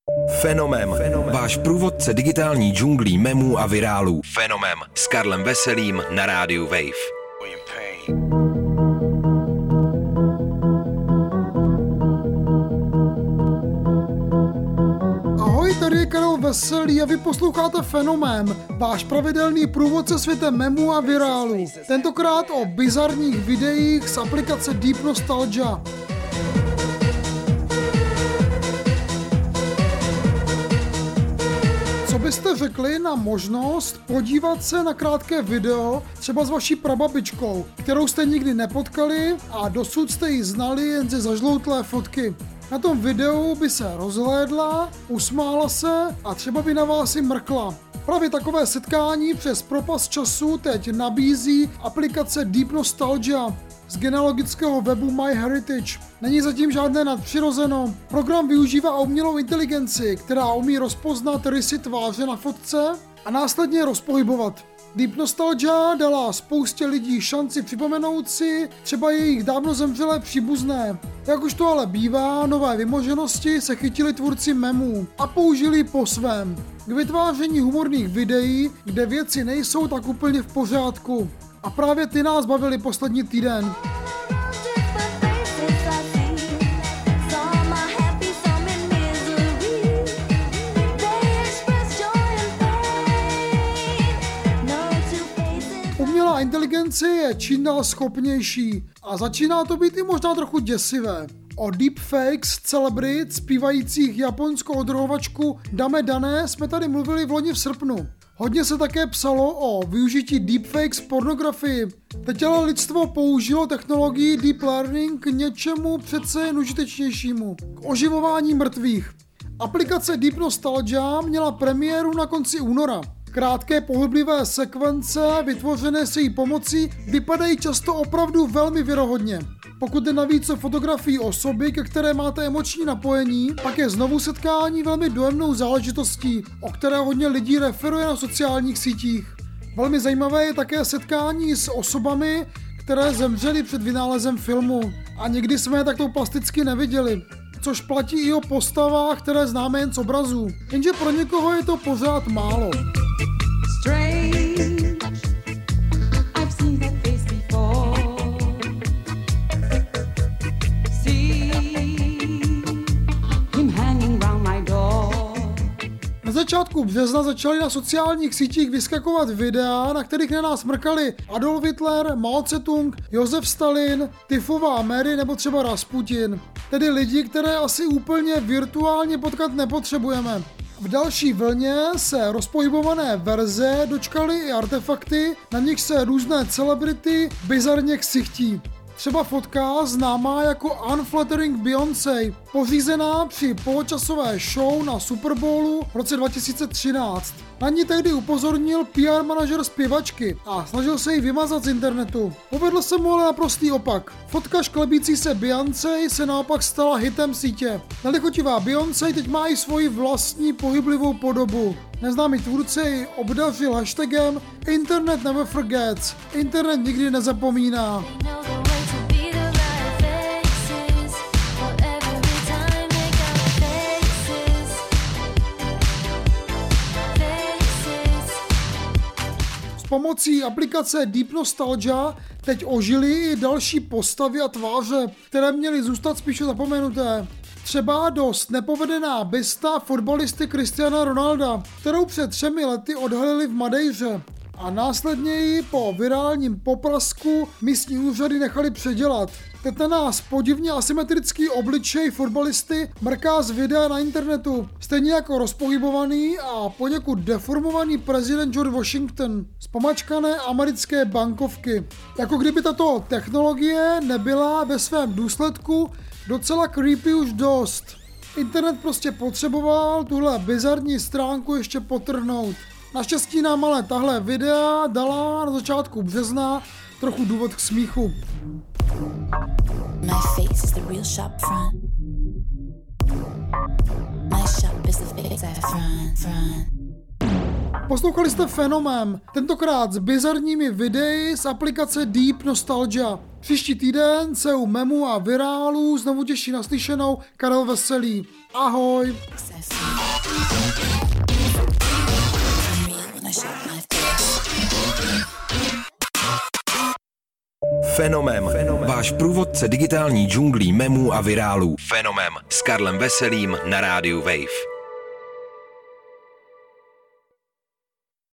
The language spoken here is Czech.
Fenomem. Váš průvodce digitální džunglí memů a virálů. Fenomem s Karlem Veselým na rádiu Wave. Ahoj, tady je Karel Veselý a vy posloucháte Fenomem, váš pravidelný průvodce světem memů a virálů. Tentokrát o bizarních videích z aplikace Deep Nostalgia. Co byste řekli na možnost podívat se na krátké video třeba s vaší prababičkou, kterou jste nikdy nepotkali a dosud jste ji znali jen ze zažloutlé fotky? Na tom videu by se rozhlédla, usmála se a třeba by na vás i mrkla. Právě takové setkání přes propast času teď nabízí aplikace Deep Nostalgia z genealogického webu MyHeritage. Není zatím žádné nadpřirozeno. Program využívá umělou inteligenci, která umí rozpoznat rysy tváře na fotce a následně rozpohybovat. Deep Nostalgia dala spoustě lidí šanci připomenout si třeba jejich dávno zemřelé příbuzné. Jak už to ale bývá, nové vymoženosti se chytili tvůrci memů a použili po svém. K vytváření humorných videí, kde věci nejsou tak úplně v pořádku. A právě ty nás bavili poslední týden. Umělá inteligence je čím dál schopnější a začíná to být i možná trochu děsivé. O deepfakes celebrit zpívajících japonskou odrohovačku Dame Dané jsme tady mluvili v loni v srpnu. Hodně se také psalo o využití deepfakes v pornografii. Teď ale lidstvo použilo technologii deep learning k něčemu přece jen užitečnějšímu, k oživování mrtvých. Aplikace Deep Nostalgia měla premiéru na konci února. Krátké pohyblivé sekvence, vytvořené s její pomocí, vypadají často opravdu velmi věrohodně. Pokud jde navíc o fotografii osoby, ke které máte emoční napojení, pak je znovu setkání velmi dojemnou záležitostí, o které hodně lidí referuje na sociálních sítích. Velmi zajímavé je také setkání s osobami, které zemřely před vynálezem filmu a nikdy jsme je takto plasticky neviděli. Což platí i o postavách, které známe jen z obrazů. Jenže pro někoho je to pořád málo. Na začátku března začaly na sociálních sítích vyskakovat videa, na kterých na nás mrkali Adolf Hitler, Mao Tse-tung, Josef Stalin, Tifová Mary nebo třeba Rasputin. Tedy lidi, které asi úplně virtuálně potkat nepotřebujeme. V další vlně se rozpohybované verze dočkaly i artefakty, na nich se různé celebrity bizarně ksichtí. Třeba fotka známá jako Unflattering Beyoncé, pořízená při poločasové show na Super Bowlu v roce 2013. Na ní tehdy upozornil PR manažer zpěvačky a snažil se ji vymazat z internetu. Povedl se mu ale naprostý opak. Fotka šklebící se Beyoncé se naopak stala hitem sítě. Nelichotivá Beyoncé teď má i svoji vlastní pohyblivou podobu. Neznámý tvůrce ji obdařil hashtagem Internet never forgets. Internet nikdy nezapomíná. Pomocí aplikace Deep Nostalgia teď ožily i další postavy a tváře, které měly zůstat spíše zapomenuté. Třeba dost nepovedená bysta fotbalisty Cristiana Ronalda, kterou před 3 lety odhalili v Madeiře. A následně ji po virálním poprasku místní úřady nechali předělat. Teď na nás podivně asymetrický obličej fotbalisty mrká z videa na internetu, stejně jako rozpohybovaný a poněkud deformovaný prezident George Washington z pomačkané americké bankovky. Jako kdyby tato technologie nebyla ve svém důsledku docela creepy už dost. Internet prostě potřeboval tuhle bizarní stránku ještě potrhnout. Naštěstí nám ale tahle videa dala na začátku března trochu důvod k smíchu. My face is the real shop front. My shop is the face at front. Poslouchali jste Fenomem, tentokrát s bizarními videi z aplikace Deep Nostalgia. Příští týden se u memů a virálů znovu těší naslyšenou Karel Veselý. Ahoj! Fenomem. Váš průvodce digitální džunglí memů a virálů. Fenomem s Karlem Veselým na rádiu Wave.